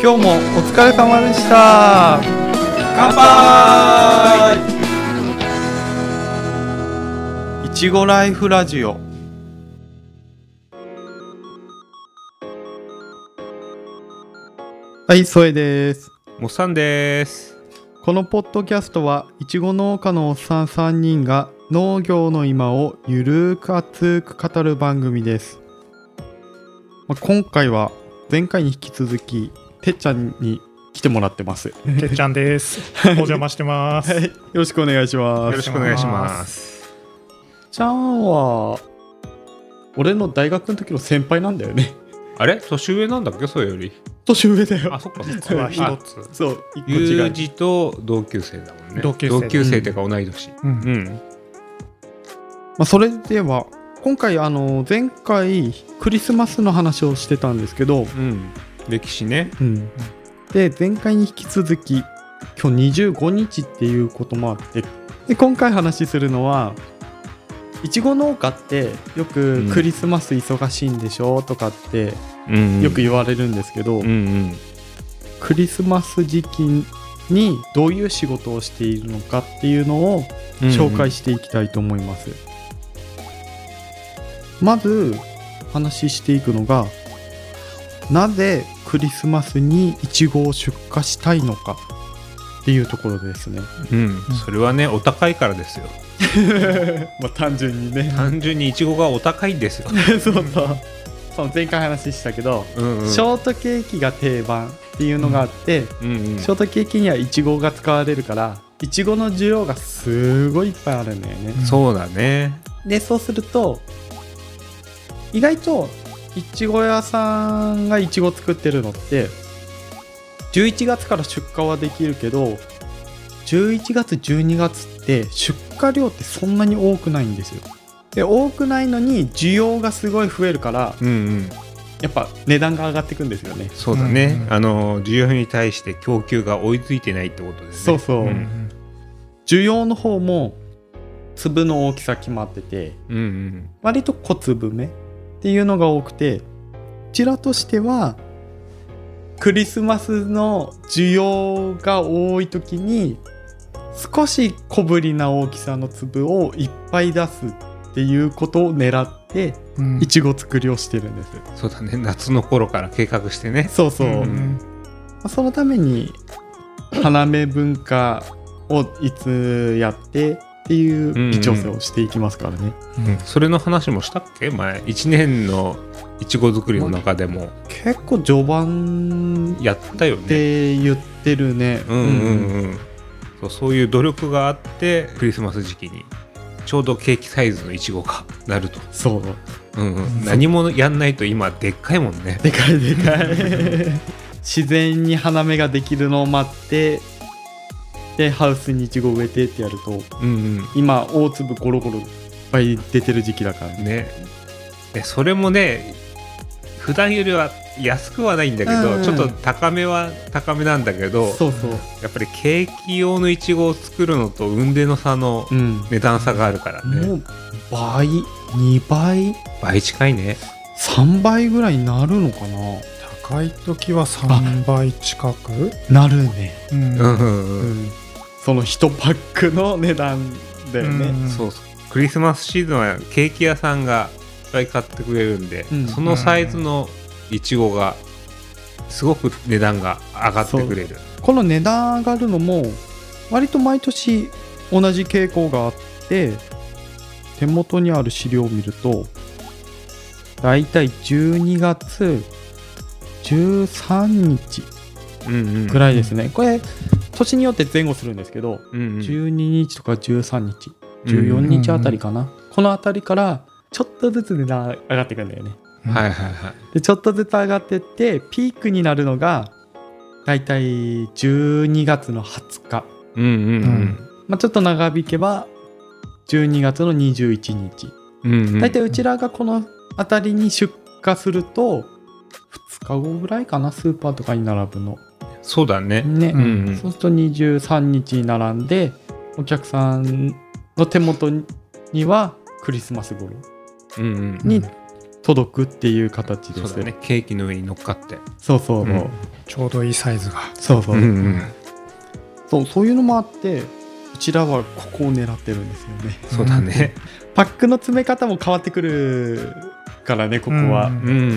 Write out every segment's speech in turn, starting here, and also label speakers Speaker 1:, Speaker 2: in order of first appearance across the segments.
Speaker 1: 今日もお疲れ様でした。
Speaker 2: 乾杯。
Speaker 1: いちごライフラジオ。はい、そえです。
Speaker 2: もっさんです。
Speaker 1: このポッドキャストはいちご農家のおっさん3人が農業の今をゆるーく熱く語る番組です。今回は前回に引き続きてっちゃんに来てもらってます。
Speaker 3: てっちゃんです。お邪魔してます、
Speaker 1: はい、よろしくお願いします。
Speaker 2: よろしくお願いします。
Speaker 1: ちゃんは俺の大学の時の先輩なんだよね。
Speaker 2: あれ年上なんだっけ、それより。
Speaker 1: 年上だよ。
Speaker 2: あ、そっかそっか。
Speaker 3: 実は一つ。
Speaker 1: そう、一個違い。
Speaker 2: ユージと同級生だもんね。同級生っていうか同い年。
Speaker 1: それでは今回前回クリスマスの話をしてたんですけど、
Speaker 2: 歴史ね。
Speaker 1: で前回に引き続き今日25日っていうこともあって、で今回話するのはいちご農家ってよくクリスマス忙しいんでしょとかってよく言われるんですけど、クリスマス時期にどういう仕事をしているのかっていうのを紹介していきたいと思います。まず話していくのが、なぜクリスマスにイチゴを出荷したいのかっていうところですね。
Speaker 2: それはね、お高いからですよ。
Speaker 1: 単純にね。
Speaker 2: 単純にイチゴがお高いんですよ。
Speaker 1: そう。その前回話したけど、ショートケーキが定番っていうのがあって、ショートケーキにはイチゴが使われるからイチゴの需要がすごいいっぱいあるんだよね。
Speaker 2: そうだね。
Speaker 1: でそうすると意外といちご屋さんがいちご作ってるのって11月から出荷はできるけど、11月12月って出荷量ってそんなに多くないんですよ。で多くないのに需要がすごい増えるから、やっぱ値段が上がっていくんですよね。
Speaker 2: そうだね、需要に対して供給が追いついてないってことですね。
Speaker 1: そう、需要の方も粒の大きさ決まってて、割と小粒目っていうのが多くて、こちらとしてはクリスマスの需要が多い時に少し小ぶりな大きさの粒をいっぱい出すっていうことを狙っていちご作りをしてるんです。
Speaker 2: そうだね、夏の頃から計画してね。
Speaker 1: そう、そのために花芽文化をいつやってっていう微調整をしていきますからね。
Speaker 2: それの話もしたっけ、前1年のいちご作りの中でも
Speaker 1: 結構序盤
Speaker 2: やったよね
Speaker 1: って言ってるね。
Speaker 2: そういう努力があってクリスマス時期にちょうどケーキサイズのいちごがなると。
Speaker 1: そう、
Speaker 2: 何もやんないと今でっかいもんね。
Speaker 1: でかい自然に花芽ができるのを待ってでハウスにイチゴ植えてってやると、今大粒ゴロゴロいっぱい出てる時期だからね。
Speaker 2: それもね、普段よりは安くはないんだけど、ちょっと高めは高めなんだけど、やっぱりケーキ用のイチゴを作るのと雲泥の差の値段差があるからね。
Speaker 1: もう倍、2倍、
Speaker 2: 倍近いね。
Speaker 1: 3倍ぐらいになるのかな。
Speaker 3: 高い時は3倍近く
Speaker 1: なるね。その1パックの値段だよね。
Speaker 2: そうクリスマスシーズンはケーキ屋さんがいっぱい買ってくれるんで、そのサイズのいちごがすごく値段が上がってくれる。
Speaker 1: この値段上がるのも割と毎年同じ傾向があって、手元にある資料を見るとだいたい12月13日ぐらいですね。これ年によって前後するんですけど、12日とか13日14日あたりかな、このあたりからちょっとずつ値段上がっていくんだよね。でちょっとずつ上がってってピークになるのがだいたい12月の20日、ちょっと長引けば12月の21日、だいたいうちらがこのあたりに出荷すると2日後ぐらいかな、スーパーとかに並ぶの。
Speaker 2: そうだね。
Speaker 1: そうすると23日に並んでお客さんの手元にはクリスマス頃に届くっていう形です。
Speaker 2: そうだね、ケーキの上に乗っかって。
Speaker 1: そうそう、
Speaker 3: ちょうどいいサイズが。
Speaker 1: そうそう、そういうのもあってうちらはここを狙ってるんですよね。
Speaker 2: そうだね、
Speaker 1: パックの詰め方も変わってくるからね、ここは。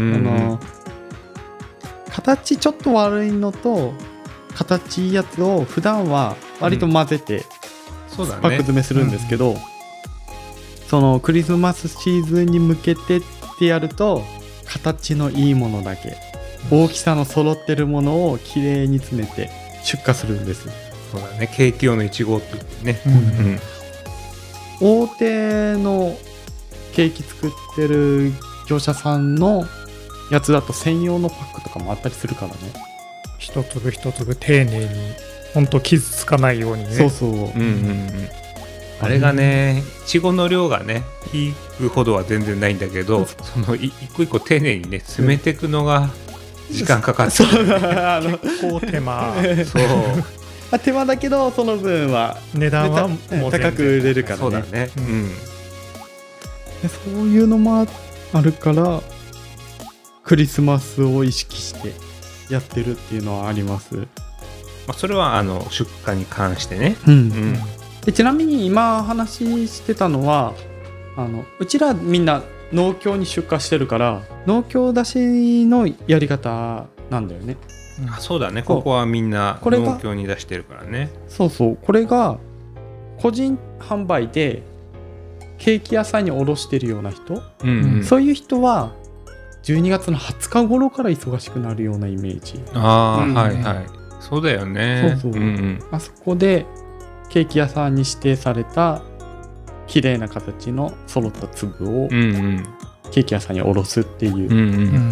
Speaker 1: 形ちょっと悪いのと形いいやつを普段は割と混ぜてパック詰めするんですけど、そのクリスマスシーズンに向けてってやると形のいいものだけ、大きさの揃ってるものをきれいに詰めて出荷するんです。
Speaker 2: そうだね、ケーキ用のいちごって言ってね、
Speaker 1: 大手のケーキ作ってる業者さんのやつだと専用のパックとかもあったりするからね。
Speaker 3: 一粒一粒丁寧にほんと傷つかないようにね。
Speaker 1: そうそう、
Speaker 2: あれがね、いちごの量がね引くほどは全然ないんだけど、その一個一個丁寧にね詰めていくのが時間かかってる、
Speaker 3: 結構手間
Speaker 1: そう手間だけどその分は
Speaker 3: 値段はもう
Speaker 1: 高く売れるからね。
Speaker 2: そうだね、
Speaker 1: でそういうのもあるからクリスマスを意識してやってるっていうのはあります。
Speaker 2: それは出荷に関してね、
Speaker 1: でちなみに今話してたのはうちらみんな農協に出荷してるから農協出しのやり方なんだよね。
Speaker 2: そうだね、ここはみんな農協に出してるからね。そうそう、
Speaker 1: これが個人販売でケーキ屋さんに卸してるような人、そういう人は12月の20日頃から忙しくなるようなイメージ。
Speaker 2: はいはい、そうだよね。
Speaker 1: そうそう、あそこでケーキ屋さんに指定された綺麗な形の揃った粒をケーキ屋さんに卸すっていう、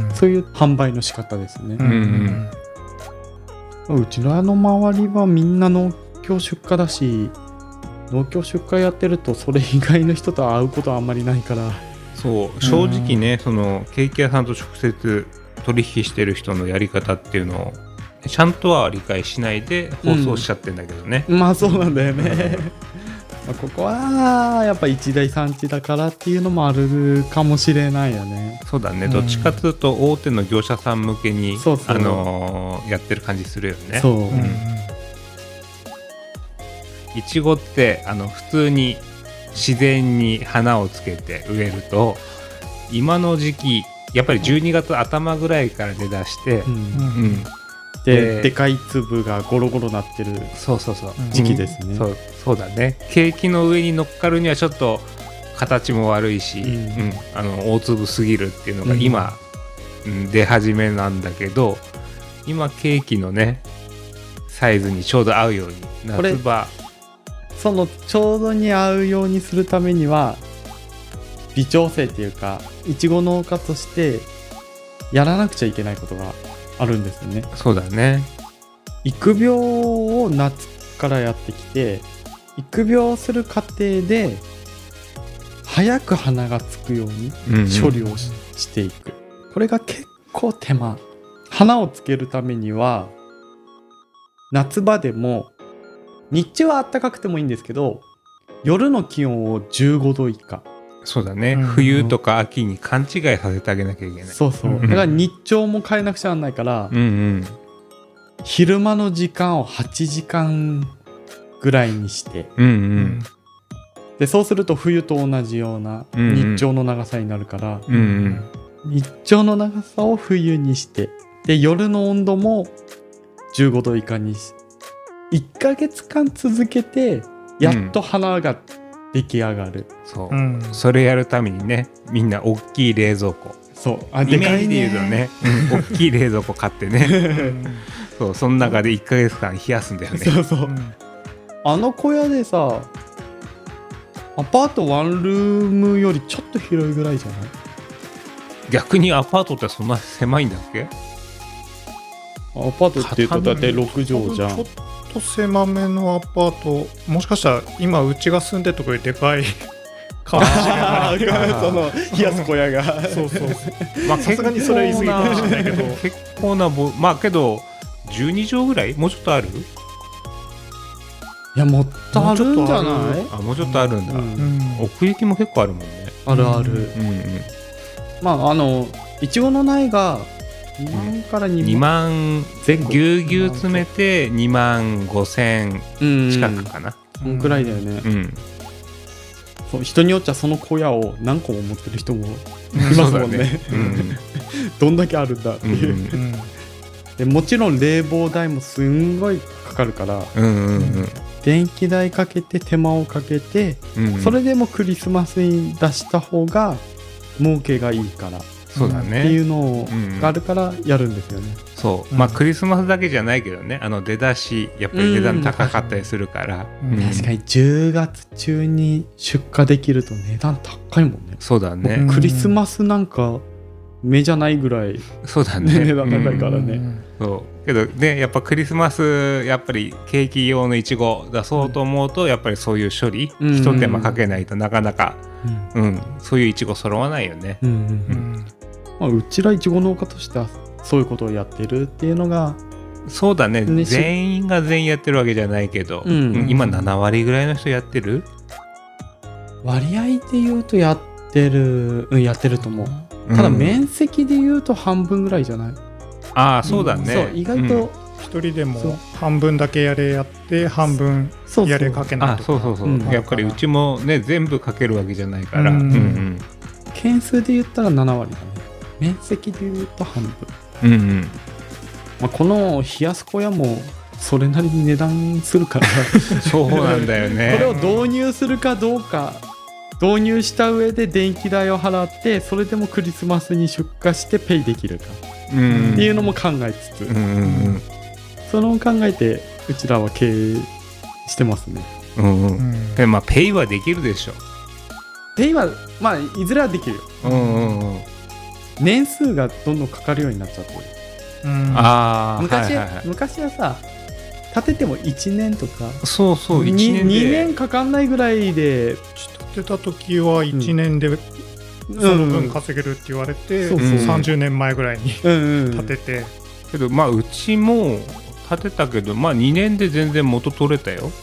Speaker 1: そういう販売の仕方ですね。うちらの周りはみんな農協出荷だし、農協出荷やってるとそれ以外の人と会うことはあんまりないから。
Speaker 2: そう正直ね、そのケーキ屋さんと直接取引してる人のやり方っていうのをちゃんとは理解しないで放送しちゃってんだけどね。
Speaker 1: まあそうなんだよね。ここはやっぱ一大産地だからっていうのもあるかもしれないよね。
Speaker 2: そうだね、どっちかというと大手の業者さん向けにやってる感じするよね。そう、いちごって普通に自然に花をつけて植えると、今の時期やっぱり12月頭ぐらいから出だして、でかい粒がゴロゴロなってる時期ですね。 そうだね、ケーキの上に乗っかるにはちょっと形も悪いし、大粒すぎるっていうのが今、出始めなんだけど、今ケーキのねサイズにちょうど合うように夏場
Speaker 1: そのちょうどに合うようにするためには微調整っていうか、いちご農家としてやらなくちゃいけないことがあるんですよね。
Speaker 2: そうだね、
Speaker 1: 育苗を夏からやってきて、育苗する過程で早く花がつくように処理をしていく。これが結構手間。花をつけるためには夏場でも日中は暖かくてもいいんですけど、夜の気温を15度以下。
Speaker 2: そうだね、冬とか秋に勘違いさせてあげなきゃいけない。
Speaker 1: そうそう、だから日照も変えなくちゃならないから、昼間の時間を8時間ぐらいにして、でそうすると冬と同じような日照の長さになるから、日照の長さを冬にして、で夜の温度も15度以下にし、1ヶ月間続けてやっと花が出来上がる。
Speaker 2: それやるためにね、みんな大きい冷蔵庫、イメージで言うとね、大きい冷蔵庫買ってねその中で1ヶ月間冷やすんだよね。
Speaker 1: あの小屋でさ、アパートワンルームよりちょっと広いぐらいじゃない？
Speaker 2: 逆にアパートってそんな狭いんだっけ？
Speaker 1: アパートって言うとだって6畳じゃん。
Speaker 3: ちょっと狭めのアパート、もしかしたら今うちが住んでるところよりでかいかもしれない
Speaker 1: その冷やす小屋が
Speaker 3: そうまあさすがにそれ言い過ぎかもしれないけど、
Speaker 2: 結構なまあけど12畳ぐらい、もうちょっとある？
Speaker 1: いやもっとあるんじゃない？
Speaker 2: もうちょっとあるんだ。奥行きも結構あるもんね。
Speaker 1: あるある。 いちごの苗が2万から2万
Speaker 2: 前後、ぎゅうぎゅう詰めて2万5千近くかな、
Speaker 1: そんくらいだよね。そう、人によっちゃその小屋を何個も持ってる人もいますもんね。どんだけあるんだっていう、でもちろん冷房代もすんごいかかるから、電気代かけて手間をかけて、それでもクリスマスに出した方が儲けがいいから、
Speaker 2: そうだね、
Speaker 1: っていうのがあるからやるんですよね。
Speaker 2: そう、クリスマスだけじゃないけどね、出だしやっぱり値段高かったりするから、
Speaker 1: 確かに10月中に出荷できると値段高いもんね。
Speaker 2: そうだね、
Speaker 1: クリスマスなんか目じゃないぐらい、
Speaker 2: そうだね、
Speaker 1: 値段高いからね。
Speaker 2: そうけどね、やっぱクリスマスやっぱりケーキ用のいちご出そうと思うと、やっぱりそういう処理、一手間かけないとなかなか、そういういちご揃わないよね。
Speaker 1: うちらいちご農家としてはそういうことをやってるっていうのが、
Speaker 2: そうだね、全員が全員やってるわけじゃないけど、今7割ぐらいの人やってる
Speaker 1: 割合で言うとやってると思う。ただ面積で言うと半分ぐらいじゃない？
Speaker 2: ああ、そうだね。
Speaker 1: そう、意外と
Speaker 3: 一人でも半分だけやれやって半分やれかけないとか。
Speaker 2: そうやっぱりうちもね全部かけるわけじゃないから、
Speaker 1: 件数で言ったら7割だね。面積で言うと半分。この冷やす小屋もそれなりに値段するから
Speaker 2: そうなんだよね。
Speaker 1: これを導入するかどうか、導入した上で電気代を払って、それでもクリスマスに出荷してペイできるかっていうのも考えつつ、それを考えてうちらは経営してますね。
Speaker 2: ペイはできるでしょ。
Speaker 1: ペイはいずれはできるよ。年数がどんどんかかるようになっちゃってる。昔はさ、建てても1年とか、
Speaker 2: 1年
Speaker 1: 2年かかんないぐらいで、
Speaker 3: 建てた時は1年でその分稼げるって言われて、30年前ぐらいに建てて、
Speaker 2: けどうちも建てたけど、2年で全然元取れたよ。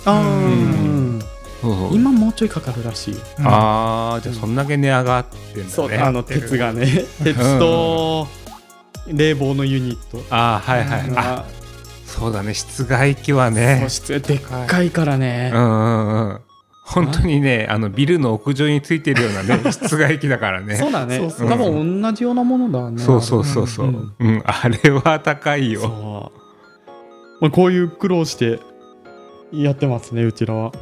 Speaker 1: 今もうちょいかかるらしい。
Speaker 2: じゃあそんだけ値上がってんだね。
Speaker 1: そう、鉄がね、鉄と冷房のユニット。
Speaker 2: そうだね、室外機はね、
Speaker 1: 室でっかいからね。
Speaker 2: 本当にね、ビルの屋上についてるようなね室外機だからね。
Speaker 1: そうだね、多分同じようなものだね。
Speaker 2: そうあれは高いよ。
Speaker 1: こういう苦労してやってますね、うちらは。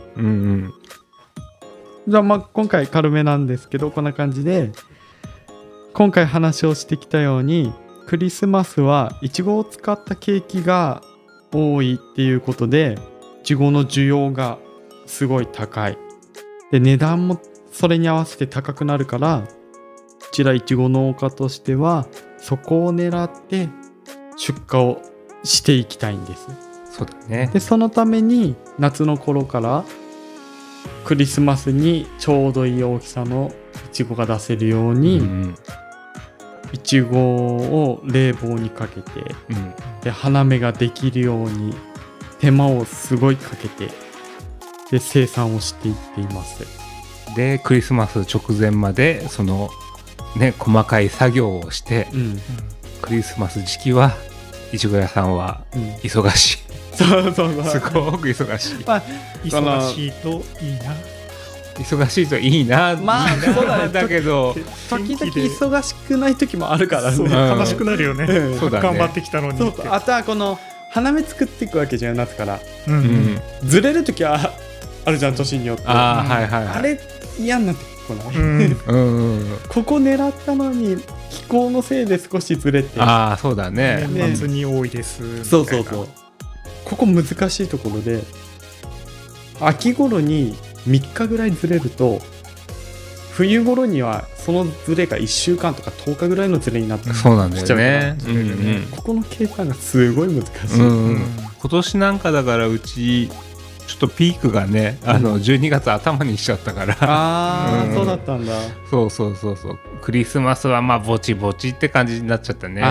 Speaker 1: じゃあ今回軽めなんですけど、こんな感じで今回話をしてきたように、クリスマスはいちごを使ったケーキが多いっていうことで、いちごの需要がすごい高い。で、値段もそれに合わせて高くなるから、うちらいちご農家としてはそこを狙って出荷をしていきたいんです。
Speaker 2: そうだね。
Speaker 1: で、そのために夏の頃からクリスマスにちょうどいい大きさのいちごが出せるように、いちごを冷房にかけて、で花芽ができるように手間をすごいかけて、で生産をしていっています。
Speaker 2: でクリスマス直前までそのね細かい作業をして、クリスマス時期はいちご屋さんは忙しい。すごく忙しい。
Speaker 3: 忙しいといいな。
Speaker 2: 忙しいといいな。
Speaker 1: そうだね。
Speaker 2: だけど
Speaker 1: 時々忙しくない時もあるからね。
Speaker 3: 悲しくなるよね。頑張ってきたのに。
Speaker 1: あとはこの花芽作っていくわけじゃん、夏から。ずれる時はあるじゃん、年によって。あれ嫌になってこない。ここ狙ったのに気候のせいで少しずれて。
Speaker 2: そうだね。
Speaker 3: 年末に多いです。
Speaker 1: そう。ここ難しいところで、秋頃に3日ぐらいずれると、冬頃にはそのずれが1週間とか10日ぐらいのずれになってきちゃうから。
Speaker 2: そうなんだよね。
Speaker 1: ここの計算がすごい難しい。
Speaker 2: 今年なんかだからうちちょっとピークがね、12月頭にしちゃったから。
Speaker 1: そうだったんだ。
Speaker 2: そう。クリスマスはぼちぼちって感じになっちゃったね。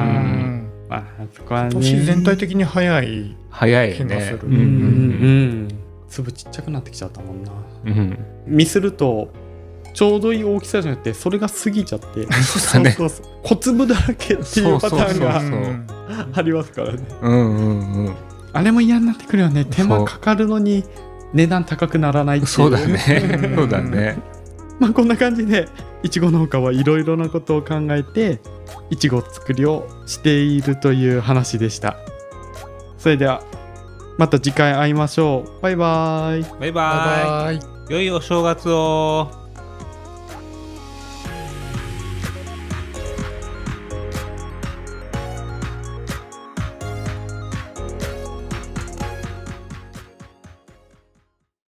Speaker 3: 今年全体的に早い気がする。
Speaker 1: 粒ちっちゃくなってきちゃったもんな。ミスるとちょうどいい大きさじゃなくてそれが過ぎちゃって
Speaker 2: そうだね、
Speaker 1: 小粒だらけっていうパターンがありますからね。あれも嫌になってくるよね。手間かかるのに値段高くならないっていう。
Speaker 2: そうだねそうだね。
Speaker 1: まあこんな感じでいちご農家はいろいろなことを考えていちご作りをしているという話でした。それではまた次回会いましょう。バイバイ。
Speaker 2: バイバイ。良いお正月を。